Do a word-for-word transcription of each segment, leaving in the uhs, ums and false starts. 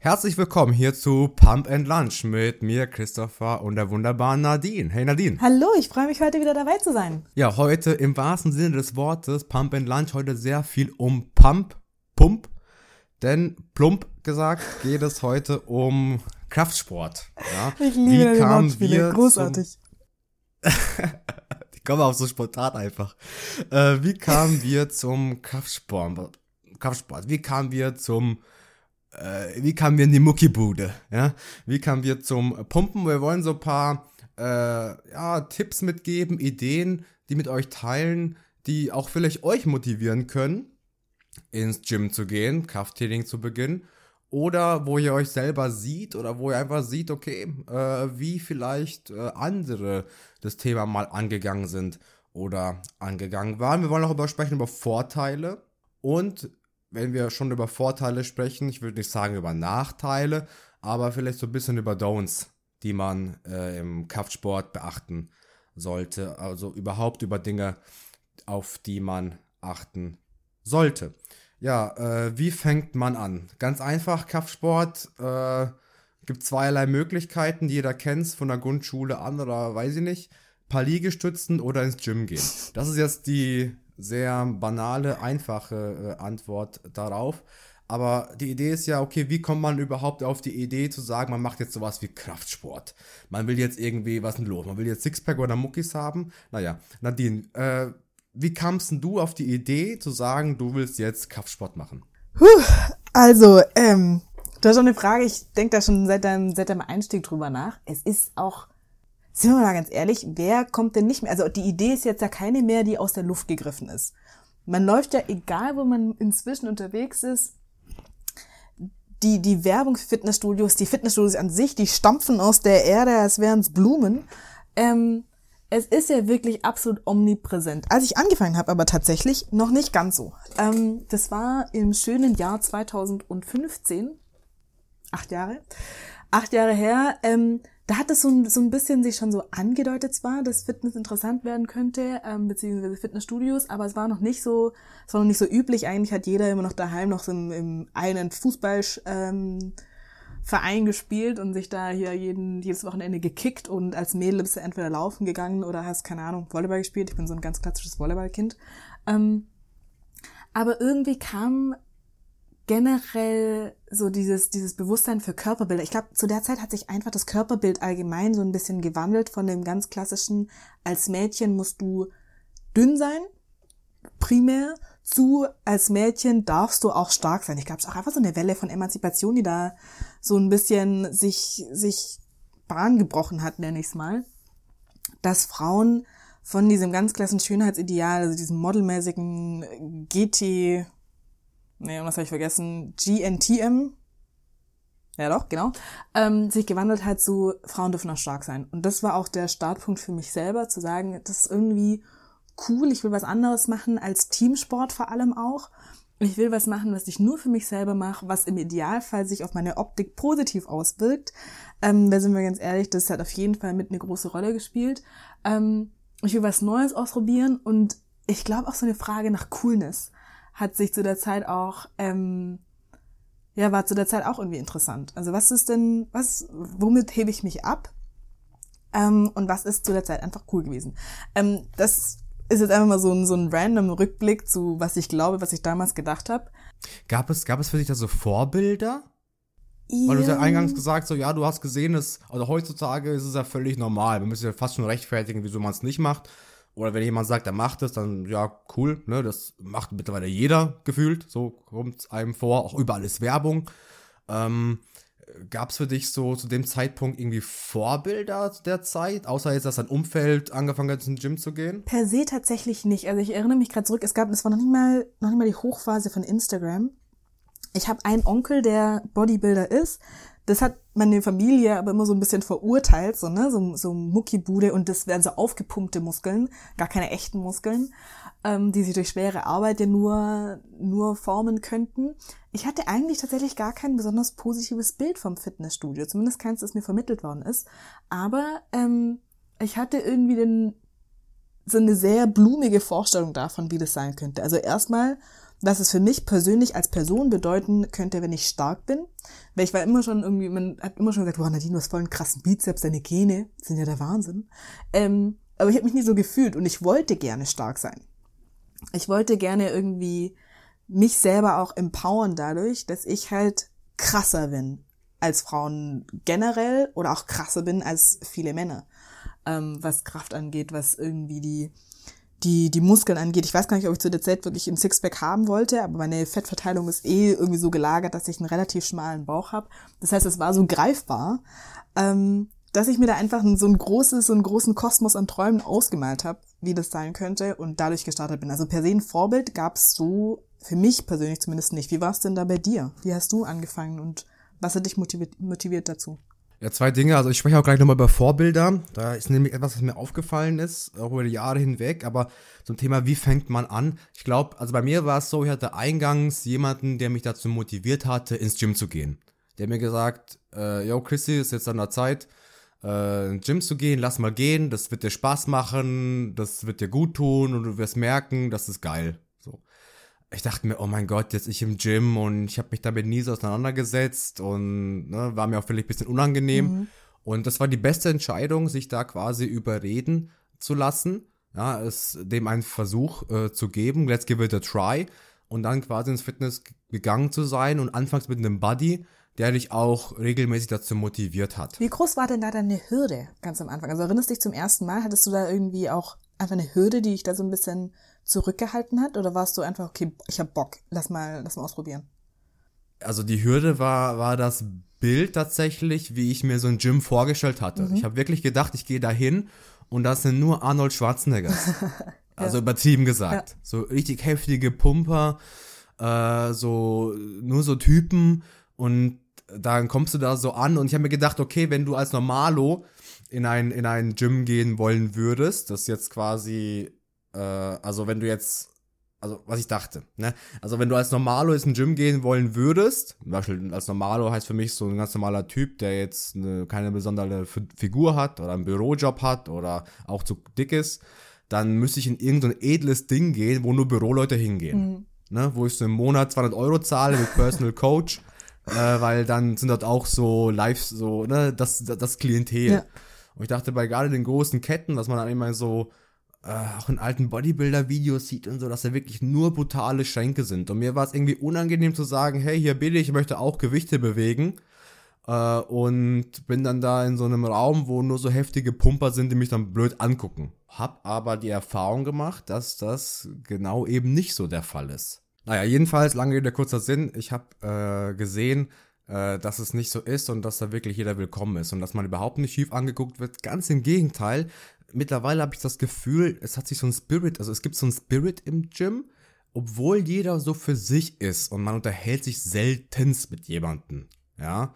Herzlich willkommen hier zu Pump and Lunch mit mir, Christopher, und der wunderbaren Nadine. Hey Nadine. Hallo, ich freue mich, heute wieder dabei zu sein. Ja, heute im wahrsten Sinne des Wortes, Pump and Lunch, heute sehr viel um Pump, Pump, denn plump gesagt geht es heute um Kraftsport. Ja, ich liebe wie kamen Wortspiele, wir großartig. Die kommen auch so spontan einfach. Äh, wie kamen wir zum Kraftsport? Kraftsport? Wie kamen wir zum Äh, wie kamen wir in die Muckibude, ja, wie kamen wir zum Pumpen? Wir wollen so ein paar äh, ja, Tipps mitgeben, Ideen, die mit euch teilen, die auch vielleicht euch motivieren können, ins Gym zu gehen, Krafttraining zu beginnen, oder wo ihr euch selber seht oder wo ihr einfach seht, okay, äh, wie vielleicht äh, andere das Thema mal angegangen sind oder angegangen waren. Wir wollen auch über sprechen über Vorteile und wenn wir schon über Vorteile sprechen, ich würde nicht sagen über Nachteile, aber vielleicht so ein bisschen über Don'ts, die man äh, im Kraftsport beachten sollte. Also überhaupt über Dinge, auf die man achten sollte. Ja, äh, wie fängt man an? Ganz einfach, Kraftsport äh, gibt zweierlei Möglichkeiten, die jeder kennt, von der Grundschule an oder weiß ich nicht, ein paar Liegestützen oder ins Gym gehen. Das ist jetzt die sehr banale, einfache äh, Antwort darauf. Aber die Idee ist ja, okay, wie kommt man überhaupt auf die Idee zu sagen, man macht jetzt sowas wie Kraftsport? Man will jetzt irgendwie, was ist denn los? Man will jetzt Sixpack oder Muckis haben? Naja, Nadine, äh, wie kamst denn du auf die Idee zu sagen, du willst jetzt Kraftsport machen? Puh, also, ähm, du hast schon eine Frage, ich denke da schon seit deinem, seit deinem Einstieg drüber nach. Es ist auch, sind wir mal ganz ehrlich, wer kommt denn nicht mehr? Also die Idee ist jetzt ja keine mehr, die aus der Luft gegriffen ist. Man läuft ja, egal wo man inzwischen unterwegs ist, die, die Werbung für Fitnessstudios, die Fitnessstudios an sich, die stampfen aus der Erde, als wären es Blumen. Ähm, es ist ja wirklich absolut omnipräsent. Als ich angefangen habe, aber tatsächlich noch nicht ganz so. Ähm, das war im schönen Jahr zweitausendfünfzehn, acht Jahre, acht Jahre her, ähm, da hat es so ein, so ein bisschen sich schon so angedeutet zwar, dass Fitness interessant werden könnte, ähm, beziehungsweise Fitnessstudios, aber es war noch nicht so, es war noch nicht so üblich. Eigentlich hat jeder immer noch daheim noch so im, im einen Fußballverein ähm, gespielt und sich da hier jeden, jedes Wochenende gekickt und als Mädel bist du entweder laufen gegangen oder hast, keine Ahnung, Volleyball gespielt. Ich bin so ein ganz klassisches Volleyballkind. Ähm, aber irgendwie kam generell so dieses dieses Bewusstsein für Körperbilder. Ich glaube, zu der Zeit hat sich einfach das Körperbild allgemein so ein bisschen gewandelt von dem ganz klassischen, als Mädchen musst du dünn sein, primär, zu als Mädchen darfst du auch stark sein. Ich glaube, es ist auch einfach so eine Welle von Emanzipation, die da so ein bisschen sich sich Bahn gebrochen hat, nenne ich es mal, dass Frauen von diesem ganz klassischen Schönheitsideal, also diesem modelmäßigen G T Nee, und was habe ich vergessen? G N T M? Ja doch, genau. Ähm, sich gewandelt hat zu, Frauen dürfen auch stark sein. Und das war auch der Startpunkt für mich selber, zu sagen, das ist irgendwie cool, ich will was anderes machen als Teamsport vor allem auch. Ich will was machen, was ich nur für mich selber mache, was im Idealfall sich auf meine Optik positiv auswirkt. Ähm, da sind wir ganz ehrlich, das hat auf jeden Fall mit eine große Rolle gespielt. Ähm, ich will was Neues ausprobieren und ich glaube auch so eine Frage nach Coolness hat sich zu der Zeit auch, ähm, ja, war zu der Zeit auch irgendwie interessant. Also was ist denn, was, womit hebe ich mich ab? Ähm, und was ist zu der Zeit einfach cool gewesen? Ähm, das ist jetzt einfach mal so ein, so ein random Rückblick zu, was ich glaube, was ich damals gedacht habe. Gab es, gab es für dich da so Vorbilder? Ja. Weil du hast ja eingangs gesagt, so ja, du hast gesehen, dass, also heutzutage ist es ja völlig normal. Man muss ja fast schon rechtfertigen, wieso man es nicht macht. Oder wenn jemand sagt, er macht es, dann ja, cool, ne, das macht mittlerweile jeder gefühlt, so kommt es einem vor, auch überall ist Werbung. Ähm, gab es für dich so zu dem Zeitpunkt irgendwie Vorbilder der Zeit, außer jetzt, dass dein Umfeld angefangen hat, ins Gym zu gehen? Per se tatsächlich nicht. Also ich erinnere mich gerade zurück, es gab, es war noch nicht mal, noch nicht mal die Hochphase von Instagram. Ich habe einen Onkel, der Bodybuilder ist. Das hat meine Familie aber immer so ein bisschen verurteilt, so, ne, so, so Muckibude, und das wären so aufgepumpte Muskeln, gar keine echten Muskeln, ähm, die sich durch schwere Arbeit ja nur, nur formen könnten. Ich hatte eigentlich tatsächlich gar kein besonders positives Bild vom Fitnessstudio, zumindest keins, das mir vermittelt worden ist, aber ähm, ich hatte irgendwie den, so eine sehr blumige Vorstellung davon, wie das sein könnte. Also erstmal was es für mich persönlich als Person bedeuten könnte, wenn ich stark bin. Weil ich war immer schon irgendwie, man hat immer schon gesagt, wow, Nadine, du hast voll einen krassen Bizeps, deine Gene sind ja der Wahnsinn. Ähm, aber ich habe mich nie so gefühlt und ich wollte gerne stark sein. Ich wollte gerne irgendwie mich selber auch empowern dadurch, dass ich halt krasser bin als Frauen generell oder auch krasser bin als viele Männer, ähm, was Kraft angeht, was irgendwie die die die Muskeln angeht. Ich weiß gar nicht, ob ich zu der Zeit wirklich ein Sixpack haben wollte, aber meine Fettverteilung ist eh irgendwie so gelagert, dass ich einen relativ schmalen Bauch habe. Das heißt, es war so greifbar, ähm, dass ich mir da einfach so ein großes, so einen großen Kosmos an Träumen ausgemalt habe, wie das sein könnte und dadurch gestartet bin. Also per se ein Vorbild gab es so für mich persönlich zumindest nicht. Wie war es denn da bei dir? Wie hast du angefangen und was hat dich motiviert, motiviert dazu? Ja, zwei Dinge. Also ich spreche auch gleich nochmal über Vorbilder. Da ist nämlich etwas, was mir aufgefallen ist, auch über die Jahre hinweg. Aber zum Thema, wie fängt man an? Ich glaube, also bei mir war es so, ich hatte eingangs jemanden, der mich dazu motiviert hatte, ins Gym zu gehen. Der hat mir gesagt, äh, yo Chrissy, ist jetzt an der Zeit, äh, ins Gym zu gehen, lass mal gehen, das wird dir Spaß machen, das wird dir gut tun und du wirst merken, das ist geil. So. Ich dachte mir, oh mein Gott, jetzt ich im Gym und ich habe mich damit nie so auseinandergesetzt und ne, war mir auch vielleicht ein bisschen unangenehm. Mhm. Und das war die beste Entscheidung, sich da quasi überreden zu lassen, ja, es dem einen Versuch äh, zu geben, let's give it a try und dann quasi ins Fitness g- gegangen zu sein und anfangs mit einem Buddy, der dich auch regelmäßig dazu motiviert hat. Wie groß war denn da deine Hürde ganz am Anfang? Also erinnerst du dich zum ersten Mal, hattest du da irgendwie auch einfach eine Hürde, die dich da so ein bisschen zurückgehalten hat? Oder warst du einfach, okay, ich hab Bock, lass mal, lass mal ausprobieren? Also die Hürde war, war das Bild tatsächlich, wie ich mir so ein Gym vorgestellt hatte. Mhm. Ich habe wirklich gedacht, ich gehe da hin und das sind nur Arnold Schwarzeneggers. Also ja. Übertrieben gesagt. Ja. So richtig heftige Pumper, äh, so nur so Typen und dann kommst du da so an und ich habe mir gedacht, okay, wenn du als Normalo in ein, in ein Gym gehen wollen würdest, das jetzt quasi, äh, also wenn du jetzt, also was ich dachte, ne, also wenn du als Normalo ins Gym gehen wollen würdest, zum Beispiel als Normalo heißt für mich so ein ganz normaler Typ, der jetzt eine, keine besondere F- Figur hat oder einen Bürojob hat oder auch zu dick ist, dann müsste ich in irgendein edles Ding gehen, wo nur Büroleute hingehen, mhm. ne, wo ich so im Monat zweihundert Euro zahle mit Personal Coach, äh, weil dann sind dort auch so live, so, ne, das, das, das Klientel. Ja. Und ich dachte, bei gerade den großen Ketten, was man dann immer so, äh, auch in alten Bodybuilder-Videos sieht und so, dass da wirklich nur brutale Schränke sind. Und mir war es irgendwie unangenehm zu sagen, hey, hier bin ich, ich möchte auch Gewichte bewegen. Äh, und bin dann da in so einem Raum, wo nur so heftige Pumper sind, die mich dann blöd angucken. Hab aber die Erfahrung gemacht, dass das genau eben nicht so der Fall ist. Naja, jedenfalls, lange Rede, kurzer Sinn, ich habe äh, gesehen, äh, dass es nicht so ist und dass da wirklich jeder willkommen ist und dass man überhaupt nicht schief angeguckt wird. Ganz im Gegenteil, mittlerweile habe ich das Gefühl, es hat sich so ein Spirit, also es gibt so ein Spirit im Gym, obwohl jeder so für sich ist und man unterhält sich seltenst mit jemandem, ja,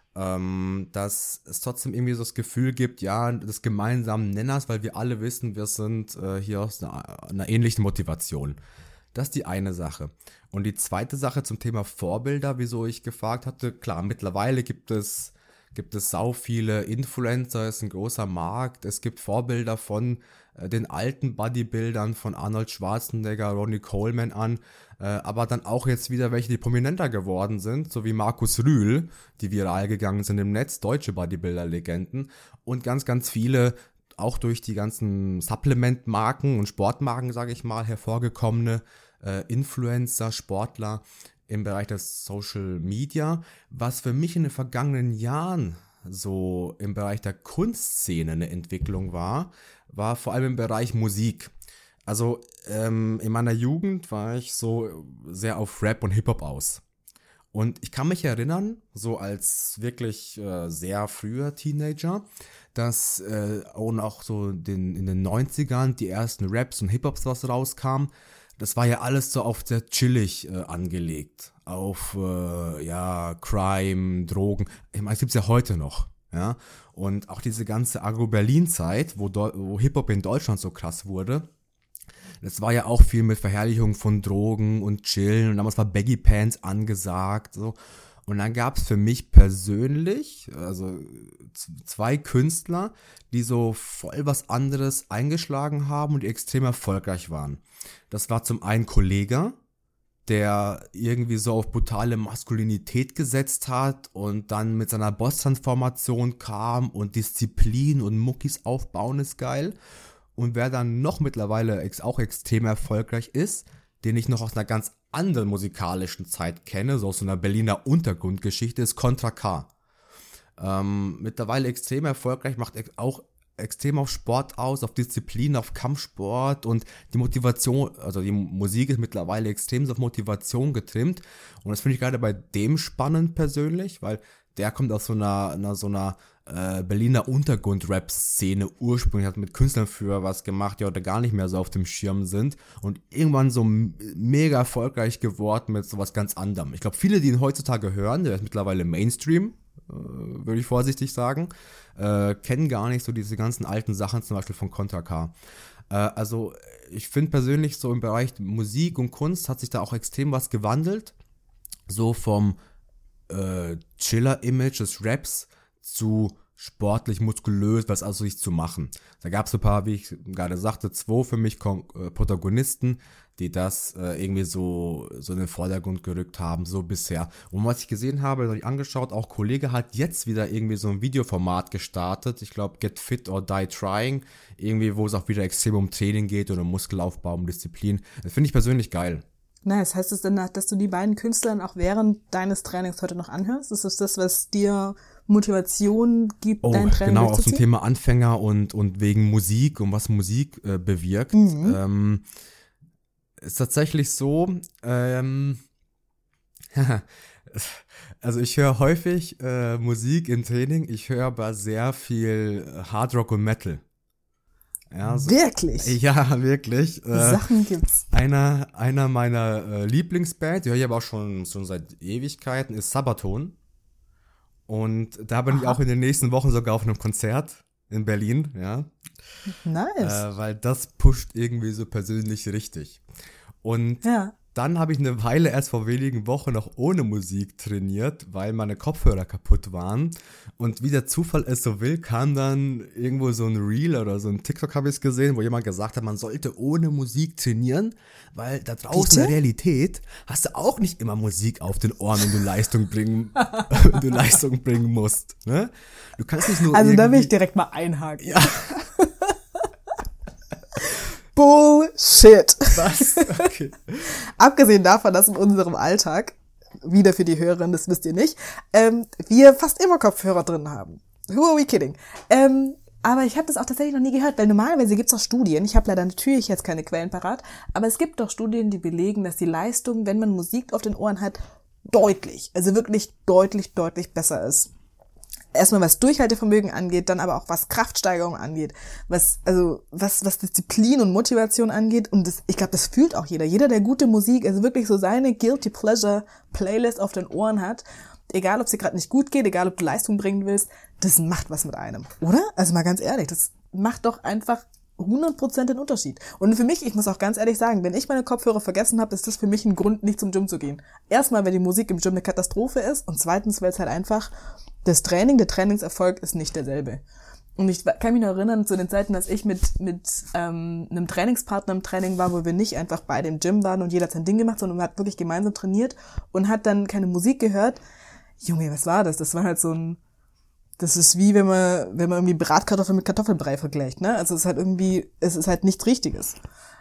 ähm, dass es trotzdem irgendwie so das Gefühl gibt, ja, des gemeinsamen Nenners, weil wir alle wissen, wir sind äh, hier aus einer, einer ähnlichen Motivation. Das ist die eine Sache. Und die zweite Sache zum Thema Vorbilder, wieso ich gefragt hatte, klar, mittlerweile gibt es, gibt es sau viele Influencer, es ist ein großer Markt, es gibt Vorbilder von äh, den alten Bodybuildern, von Arnold Schwarzenegger, Ronnie Coleman an, äh, aber dann auch jetzt wieder welche, die prominenter geworden sind, so wie Markus Rühl, die viral gegangen sind im Netz, deutsche Bodybuilder-Legenden und ganz, ganz viele, auch durch die ganzen Supplement-Marken und Sportmarken, sage ich mal, hervorgekommene äh, Influencer, Sportler im Bereich des Social Media. Was für mich in den vergangenen Jahren so im Bereich der Kunstszene eine Entwicklung war, war vor allem im Bereich Musik. Also ähm, in meiner Jugend war ich so sehr auf Rap und Hip-Hop aus. Und ich kann mich erinnern, so als wirklich äh, sehr früher Teenager, dass äh, und auch so den, in den neunzigern die ersten Raps und Hip-Hops, was rauskam, das war ja alles so auf sehr chillig äh, angelegt. Auf, äh, ja, Crime, Drogen. Ich meine, das gibt's ja heute noch, ja. Und auch diese ganze Agro-Berlin-Zeit, wo, wo Hip-Hop in Deutschland so krass wurde, das war ja auch viel mit Verherrlichung von Drogen und Chillen und damals war Baggy Pants angesagt, so. Und dann gab es für mich persönlich, also z- zwei Künstler, die so voll was anderes eingeschlagen haben und die extrem erfolgreich waren. Das war zum einen Kollega, der irgendwie so auf brutale Maskulinität gesetzt hat und dann mit seiner Boss-Transformation kam und Disziplin und Muckis aufbauen ist geil. Und wer dann noch mittlerweile ex- auch extrem erfolgreich ist, den ich noch aus einer ganz anderen musikalischen Zeit kenne, so aus so einer Berliner Untergrundgeschichte, ist Contra K. Ähm, mittlerweile extrem erfolgreich, macht ex- auch extrem auf Sport aus, auf Disziplin, auf Kampfsport und die Motivation, also die Musik ist mittlerweile extrem so auf Motivation getrimmt und das finde ich gerade bei dem spannend persönlich, weil der kommt aus so einer, einer so einer äh, Berliner Untergrund-Rap-Szene ursprünglich, hat mit Künstlern früher was gemacht, die heute gar nicht mehr so auf dem Schirm sind und irgendwann so m- mega erfolgreich geworden mit sowas ganz anderem. Ich glaube, viele, die ihn heutzutage hören, der ist mittlerweile Mainstream, äh, würde ich vorsichtig sagen, äh, kennen gar nicht so diese ganzen alten Sachen, zum Beispiel von Contra K. Äh, also ich finde persönlich so im Bereich Musik und Kunst hat sich da auch extrem was gewandelt, so vom äh, Chiller-Image des Raps zu sportlich, muskulös, was also sich zu machen. Da gab es ein paar, wie ich gerade sagte, zwei für mich Kon- äh, Protagonisten, die das äh, irgendwie so, so in den Vordergrund gerückt haben, so bisher. Und was ich gesehen habe, habe ich angeschaut, auch Kollege hat jetzt wieder irgendwie so ein Videoformat gestartet, ich glaube Get Fit or Die Trying, irgendwie, wo es auch wieder extrem um Training geht oder Muskelaufbau, um Disziplin. Das finde ich persönlich geil. Nice. Heißt es denn, dass du die beiden Künstler auch während deines Trainings heute noch anhörst? Ist das das, was dir Motivation gibt, Oh, dein Training genau, auch zum durchzuziehen? Thema Anfänger und, und wegen Musik und was Musik äh, bewirkt. Mhm. Ähm, ist tatsächlich so, ähm, also ich höre häufig äh, Musik im Training, ich höre aber sehr viel Hard Rock und Metal. Ja, so, Wirklich? ja, wirklich. Äh, Sachen gibt's. einer, einer meiner äh, Lieblingsbands, die höre ich aber auch schon, schon seit Ewigkeiten, ist Sabaton. Und da bin ich Aha. auch in den nächsten Wochen sogar auf einem Konzert in Berlin, ja. Nice. Äh, weil das pusht irgendwie so persönlich richtig. Und Ja. dann habe ich eine Weile erst vor wenigen Wochen noch ohne Musik trainiert, weil meine Kopfhörer kaputt waren. Und wie der Zufall es so will, kam dann irgendwo so ein Reel oder so ein TikTok habe ich es gesehen, wo jemand gesagt hat, man sollte ohne Musik trainieren, weil da draußen Bitte? in der Realität hast du auch nicht immer Musik auf den Ohren, wenn du Leistung bringen, wenn du Leistung bringen musst. Ne? Du kannst nicht nur Also da will ich irgendwie- direkt mal einhaken. Ja, Bullshit. was? Okay. Abgesehen davon, dass in unserem Alltag, wieder für die Hörerin, das wisst ihr nicht, ähm, wir fast immer Kopfhörer drin haben. Who are we kidding? Ähm, aber ich habe das auch tatsächlich noch nie gehört, weil normalerweise gibt's auch Studien, ich habe leider natürlich jetzt keine Quellen parat, aber es gibt doch Studien, die belegen, dass die Leistung, wenn man Musik auf den Ohren hat, deutlich, also wirklich deutlich, deutlich besser ist. Erstmal was Durchhaltevermögen angeht, dann aber auch was Kraftsteigerung angeht, was also was was Disziplin und Motivation angeht und das, ich glaube, das fühlt auch jeder. Jeder, der gute Musik, also wirklich so seine Guilty Pleasure Playlist auf den Ohren hat, egal ob es dir gerade nicht gut geht, egal ob du Leistung bringen willst, das macht was mit einem, oder? Also mal ganz ehrlich, das macht doch einfach hundert Prozent den Unterschied. Und für mich, ich muss auch ganz ehrlich sagen, wenn ich meine Kopfhörer vergessen habe, ist das für mich ein Grund, nicht zum Gym zu gehen. Erstmal, weil die Musik im Gym eine Katastrophe ist und zweitens, weil es halt einfach das Training, der Trainingserfolg ist nicht derselbe. Und ich kann mich noch erinnern zu den Zeiten, als ich mit mit ähm, einem Trainingspartner im Training war, wo wir nicht einfach beide im Gym waren und jeder hat sein Ding gemacht, sondern man hat wirklich gemeinsam trainiert und hat dann keine Musik gehört. Junge, was war das? Das war halt so ein, das ist wie wenn man wenn man irgendwie Bratkartoffeln mit Kartoffelbrei vergleicht, ne? Also es ist halt irgendwie, es ist halt nichts Richtiges.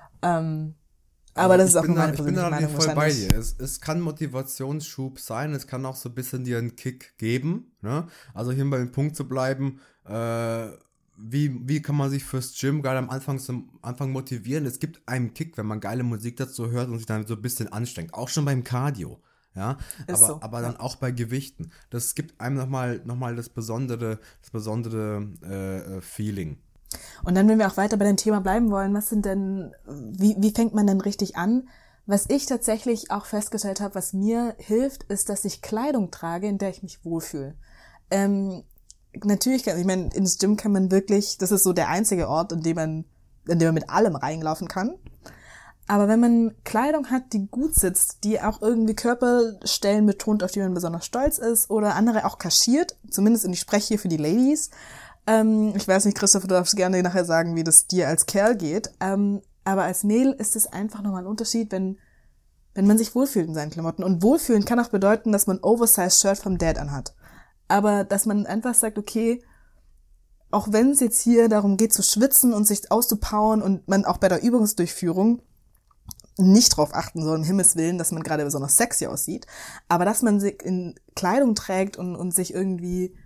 Ähm, aber das ich ist auch bin nur meine da, ich bin persönliche da Meinung voll bei wahrscheinlich. dir. Es, es kann Motivationsschub sein, es kann auch so ein bisschen dir einen Kick geben. Ne? Also hier bei dem Punkt zu bleiben, äh, wie, wie kann man sich fürs Gym gerade am Anfang zum Anfang motivieren? Es gibt einen Kick, wenn man geile Musik dazu hört und sich dann so ein bisschen anstrengt. Auch schon beim Cardio. Ja, Ist aber, so, aber ja. dann auch bei Gewichten. Das gibt einem nochmal noch mal das besondere, das besondere äh, äh, Feeling. Und dann, wenn wir auch weiter bei dem Thema bleiben wollen, was sind denn, wie, wie fängt man denn richtig an? Was ich tatsächlich auch festgestellt habe, was mir hilft, ist, dass ich Kleidung trage, in der ich mich wohlfühle. Ähm, natürlich, kann, ich meine, ins Gym kann man wirklich, das ist so der einzige Ort, in dem man, in dem man mit allem reinlaufen kann. Aber wenn man Kleidung hat, die gut sitzt, die auch irgendwie Körperstellen betont, auf die man besonders stolz ist oder andere auch kaschiert, zumindest, und ich spreche hier für die Ladies. Ähm, ich weiß nicht, Christoph, du darfst gerne nachher sagen, wie das dir als Kerl geht. Ähm, aber als Mädel ist es einfach nochmal ein Unterschied, wenn wenn man sich wohlfühlt in seinen Klamotten. Und wohlfühlen kann auch bedeuten, dass man ein Oversize-Shirt vom Dad anhat. Aber dass man einfach sagt, okay, auch wenn es jetzt hier darum geht zu schwitzen und sich auszupowern und man auch bei der Übungsdurchführung nicht drauf achten soll, um Himmels Willen, dass man gerade besonders sexy aussieht, aber dass man sich in Kleidung trägt und, und sich irgendwie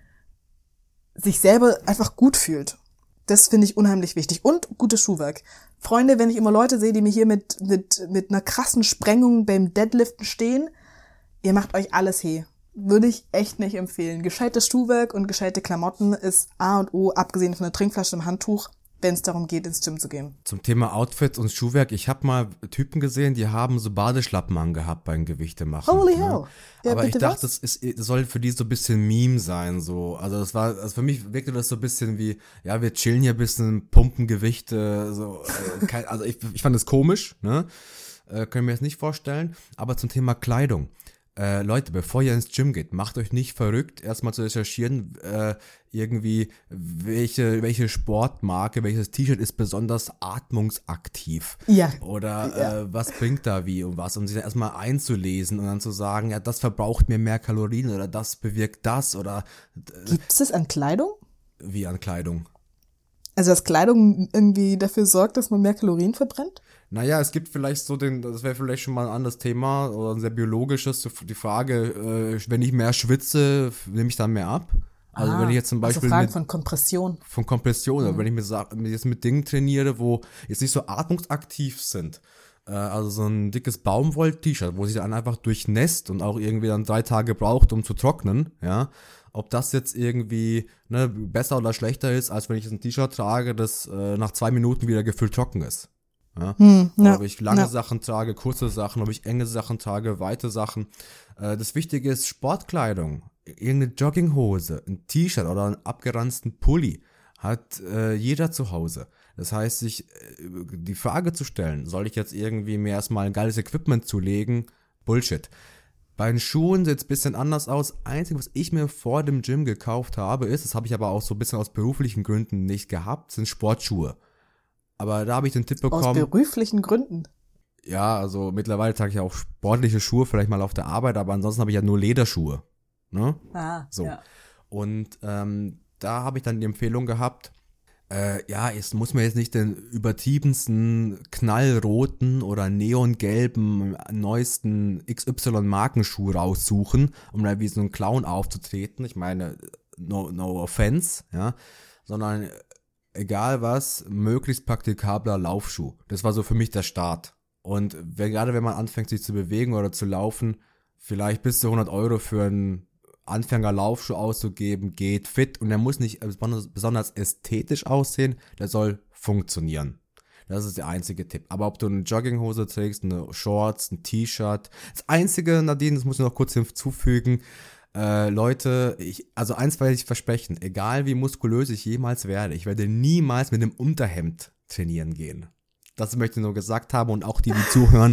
sich selber einfach gut fühlt. Das finde ich unheimlich wichtig. Und gutes Schuhwerk. Freunde, wenn ich immer Leute sehe, die mir hier mit, mit, mit einer krassen Sprengung beim Deadliften stehen, ihr macht euch alles he. Würde ich echt nicht empfehlen. Gescheites Schuhwerk und gescheite Klamotten ist A und O, abgesehen von der Trinkflasche im Handtuch, wenn es darum geht, ins Gym zu gehen. Zum Thema Outfit und Schuhwerk, ich habe mal Typen gesehen, die haben so Badeschlappen angehabt beim Gewichtemachen. Holy ne? hell. Ja, Aber ich bitte dachte, was? das, ist, das soll für die so ein bisschen Meme sein. So. Also das war, also für mich wirkte das so ein bisschen wie, ja, wir chillen hier ein bisschen, pumpen Gewichte. So, äh, kein, also ich, ich fand das komisch, ne? Äh, können wir jetzt nicht vorstellen. Aber zum Thema Kleidung. Äh, Leute, bevor ihr ins Gym geht, macht euch nicht verrückt, erstmal zu recherchieren, äh, irgendwie, welche, welche Sportmarke, welches T-Shirt ist besonders atmungsaktiv. Ja. Oder Ja. Äh, was bringt da wie und was, um sich dann erstmal einzulesen und dann zu sagen, ja, das verbraucht mir mehr Kalorien oder das bewirkt das oder äh, Gibt es das an Kleidung? wie an Kleidung. Also, dass Kleidung irgendwie dafür sorgt, dass man mehr Kalorien verbrennt? Naja, es gibt vielleicht so den, das wäre vielleicht schon mal ein anderes Thema oder ein sehr biologisches, so die Frage, äh, wenn ich mehr schwitze, nehme ich dann mehr ab? Also Ah, wenn ich jetzt zum also Beispiel Fragen mit, von Kompression. von Kompression, oder Mhm. wenn ich mir sa- mir jetzt mit Dingen trainiere, wo jetzt nicht so atmungsaktiv sind, äh, also so ein dickes Baumwoll-T-Shirt, wo sich dann einfach durchnässt und auch irgendwie dann drei Tage braucht, um zu trocknen, ja, ob das jetzt irgendwie ne, besser oder schlechter ist, als wenn ich jetzt ein T-Shirt trage, das äh, nach zwei Minuten wieder gefüllt trocken ist. Ja? Hm, ja, Ob ich lange ja. Sachen trage, kurze Sachen, ob ich enge Sachen trage, weite Sachen. Äh, das Wichtige ist Sportkleidung. Irgendeine Jogginghose, ein T-Shirt oder einen abgeranzten Pulli hat äh, jeder zu Hause. Das heißt, sich äh, die Frage zu stellen, soll ich jetzt irgendwie mir erstmal ein geiles Equipment zulegen? Bullshit. Bei den Schuhen sieht es ein bisschen anders aus. Einzige, was ich mir vor dem Gym gekauft habe, ist, das habe ich aber auch so ein bisschen aus beruflichen Gründen nicht gehabt, sind Sportschuhe. Aber da habe ich den Tipp Aus bekommen, beruflichen Gründen. ja, also mittlerweile trage ich ja auch sportliche Schuhe, vielleicht mal auf der Arbeit, aber ansonsten habe ich ja nur Lederschuhe. Ne? Ah, So. ja. Und ähm, da habe ich dann die Empfehlung gehabt, äh, ja, es muss man jetzt nicht den übertriebensten, knallroten oder neongelben, neuesten X Y-Markenschuh raussuchen, um da wie so ein Clown aufzutreten. Ich meine, no, no offense, ja, sondern egal was, möglichst praktikabler Laufschuh. Das war so für mich der Start. Und wenn, gerade wenn man anfängt, sich zu bewegen oder zu laufen, vielleicht bis zu hundert Euro für einen Anfänger-Laufschuh auszugeben, geht fit. Und der muss nicht besonders, besonders ästhetisch aussehen, der soll funktionieren. Das ist der einzige Tipp. Aber ob du eine Jogginghose trägst, eine Shorts, ein T-Shirt. Das einzige, Nadine, das muss ich noch kurz hinzufügen, Äh, Leute, ich, also eins werde ich versprechen, egal wie muskulös ich jemals werde, ich werde niemals mit einem Unterhemd trainieren gehen. Das möchte ich nur gesagt haben und auch die, die zuhören,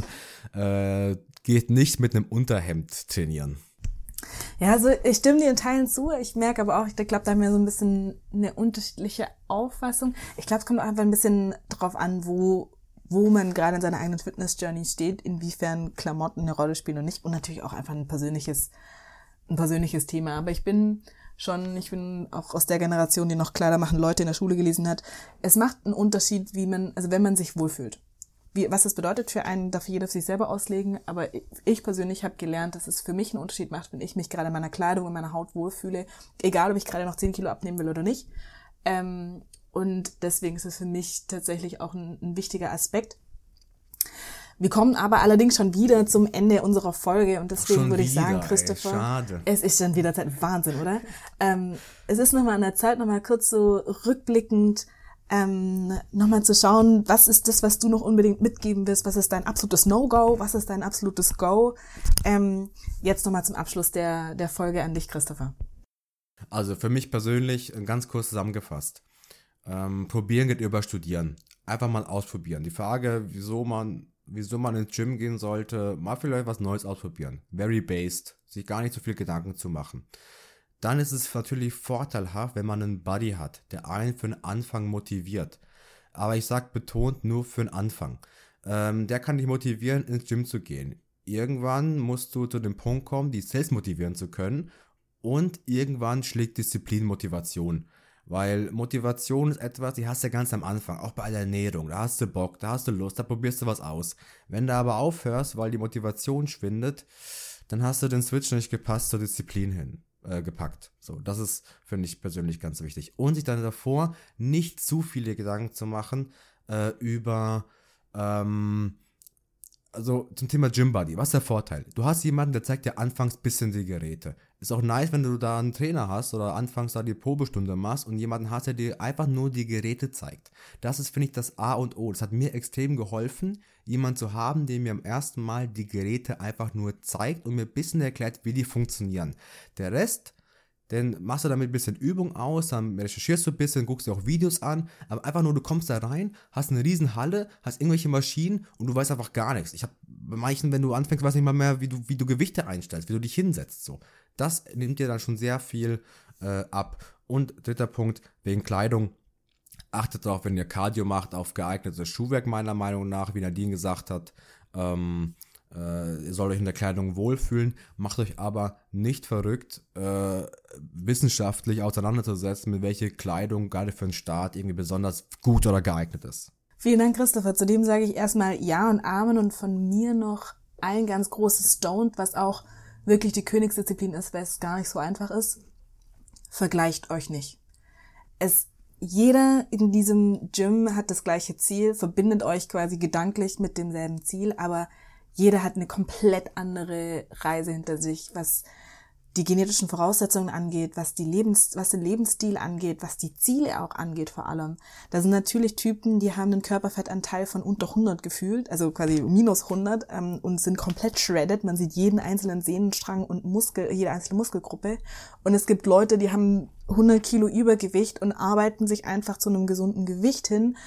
äh, geht nicht mit einem Unterhemd trainieren. Ja, also ich stimme dir in Teilen zu. Ich merke aber auch, ich glaube, da haben wir so ein bisschen eine unterschiedliche Auffassung. Ich glaube, es kommt auch einfach ein bisschen drauf an, wo wo man gerade in seiner eigenen Fitness-Journey steht, inwiefern Klamotten eine Rolle spielen und nicht. Und natürlich auch einfach ein persönliches ein persönliches Thema, aber ich bin schon, ich bin auch aus der Generation, die noch Kleider machen Leute in der Schule gelesen hat. Es macht einen Unterschied, wie man, also wenn man sich wohlfühlt. Wie, was das bedeutet für einen, darf jeder für sich selber auslegen, aber ich persönlich habe gelernt, dass es für mich einen Unterschied macht, wenn ich mich gerade in meiner Kleidung, in meiner Haut wohlfühle, egal ob ich gerade noch zehn Kilo abnehmen will oder nicht. Ähm, und deswegen ist es für mich tatsächlich auch ein, ein wichtiger Aspekt. Wir kommen aber allerdings schon wieder zum Ende unserer Folge und deswegen Schon würde ich wieder, sagen, ey, Christopher, schade. es ist schon wieder Zeit. Wahnsinn, oder? ähm, es ist nochmal an der Zeit, nochmal kurz so rückblickend ähm, nochmal zu schauen, was ist das, was du noch unbedingt mitgeben willst, was ist dein absolutes No-Go, was ist dein absolutes Go. Ähm, jetzt nochmal zum Abschluss der, der Folge an dich, Christopher. Also für mich persönlich, ganz kurz zusammengefasst, ähm, probieren geht über studieren. Einfach mal ausprobieren. Die Frage, wieso man wieso man ins Gym gehen sollte, mal vielleicht was Neues ausprobieren. Very based. Sich gar nicht so viel Gedanken zu machen. Dann ist es natürlich vorteilhaft, wenn man einen Buddy hat, der einen für den Anfang motiviert. Aber ich sag betont nur für den Anfang. Ähm, der kann dich motivieren, ins Gym zu gehen. irgendwann musst du zu dem Punkt kommen, die selbst motivieren zu können und irgendwann schlägt Disziplin Motivation. Weil Motivation ist etwas, die hast du ja ganz am Anfang, auch bei der Ernährung. Da hast du Bock, da hast du Lust, da probierst du was aus. Wenn du aber aufhörst, weil die Motivation schwindet, dann hast du den Switch nicht gepasst zur Disziplin hin, äh, gepackt. So, das ist, finde ich persönlich ganz wichtig. Und sich dann davor nicht zu viele Gedanken zu machen äh, über, ähm, also zum Thema Gymbuddy, was ist der Vorteil? Du hast jemanden, der zeigt dir anfangs ein bisschen die Geräte. Ist auch nice, wenn du da einen Trainer hast oder anfangs da die Probestunde machst und jemanden hast, der dir einfach nur die Geräte zeigt. Das ist, finde ich, das A und O. Das hat mir extrem geholfen, jemanden zu haben, der mir am ersten Mal die Geräte einfach nur zeigt und mir ein bisschen erklärt, wie die funktionieren. Der Rest, dann machst du damit ein bisschen Übung aus, dann recherchierst du ein bisschen, guckst dir auch Videos an, aber einfach nur, du kommst da rein, hast eine riesen Halle, hast irgendwelche Maschinen und du weißt einfach gar nichts. Ich habe bei manchen, wenn du anfängst, weiß nicht mal mehr, wie du, wie du Gewichte einstellst, wie du dich hinsetzt, so. Das nimmt dir dann schon sehr viel äh, ab. Und dritter Punkt, wegen Kleidung, achtet darauf, wenn ihr Cardio macht, auf geeignetes Schuhwerk meiner Meinung nach, wie Nadine gesagt hat, ähm, Äh, ihr sollt euch in der Kleidung wohlfühlen, macht euch aber nicht verrückt, äh, wissenschaftlich auseinanderzusetzen, mit welcher Kleidung gerade für einen Start irgendwie besonders gut oder geeignet ist. Vielen Dank, Christopher. Zudem sage ich erstmal Ja und Amen und von mir noch ein ganz großes Don't, was auch wirklich die Königsdisziplin ist, weil es gar nicht so einfach ist. Vergleicht euch nicht. Es Jeder in diesem Gym hat das gleiche Ziel, verbindet euch quasi gedanklich mit demselben Ziel, aber jeder hat eine komplett andere Reise hinter sich, was die genetischen Voraussetzungen angeht, was die Lebens, was den Lebensstil angeht, was die Ziele auch angeht vor allem. Da sind natürlich Typen, die haben einen Körperfettanteil von unter hundert gefühlt, also quasi minus hundert ähm, und sind komplett shredded. Man sieht jeden einzelnen Sehnenstrang und Muskel, jede einzelne Muskelgruppe. Und es gibt Leute, die haben hundert Kilo Übergewicht und arbeiten sich einfach zu einem gesunden Gewicht hin.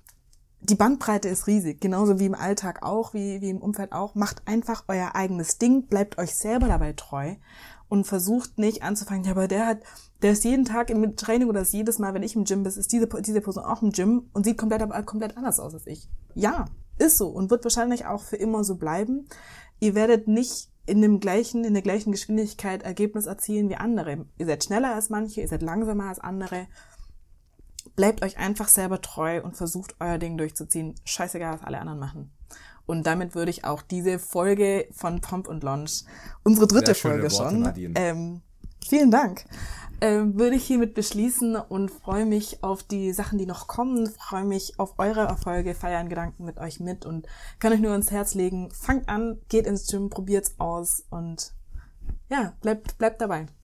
Die Bandbreite ist riesig, genauso wie im Alltag auch, wie, wie im Umfeld auch. Macht einfach euer eigenes Ding, bleibt euch selber dabei treu und versucht nicht anzufangen, ja, aber der hat, der ist jeden Tag im Training oder ist jedes Mal, wenn ich im Gym bin, ist diese, diese Person auch im Gym und sieht komplett, aber komplett anders aus als ich. Ja, ist so und wird wahrscheinlich auch für immer so bleiben. Ihr werdet nicht in dem gleichen, in der gleichen Geschwindigkeit Ergebnis erzielen wie andere. Ihr seid schneller als manche, ihr seid langsamer als andere. Bleibt euch einfach selber treu und versucht euer Ding durchzuziehen. Scheißegal, was alle anderen machen. Und damit würde ich auch diese Folge von Pomp und Launch, unsere dritte Folge schon, ähm, vielen Dank, ähm, würde ich hiermit beschließen und freue mich auf die Sachen, die noch kommen, freue mich auf eure Erfolge, feiere in Gedanken mit euch mit und kann euch nur ans Herz legen, fangt an, geht ins Gym, probiert's aus und ja, bleibt, bleibt dabei.